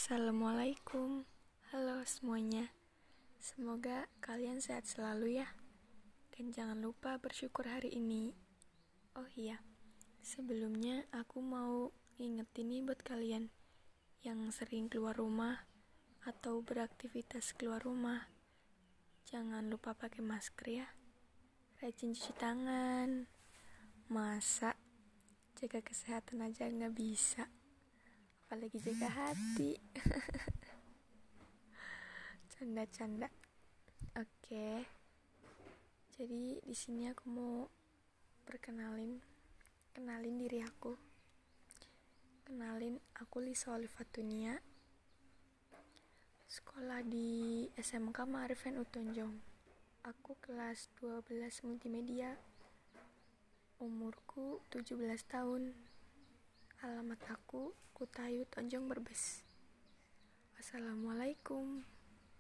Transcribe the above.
Assalamualaikum. Halo semuanya. Semoga kalian sehat selalu ya. Dan jangan lupa bersyukur hari ini. Oh iya, sebelumnya aku mau ngingetin nih buat kalian yang sering keluar rumah atau beraktivitas keluar rumah. Jangan lupa pakai masker ya. Rajin cuci tangan. Masa jaga kesehatan aja nggak bisa, apalagi jaga hati. Canda-canda. Oke. Jadi di sini aku mau kenalin diri aku. Kenalin, aku Lisa Olivatunia. Sekolah di SMK Ma'arif Utonjong. Aku kelas 12 multimedia. Umurku 17 tahun. Alamat aku Kutayu Tonjong Brebes. Wassalamualaikum.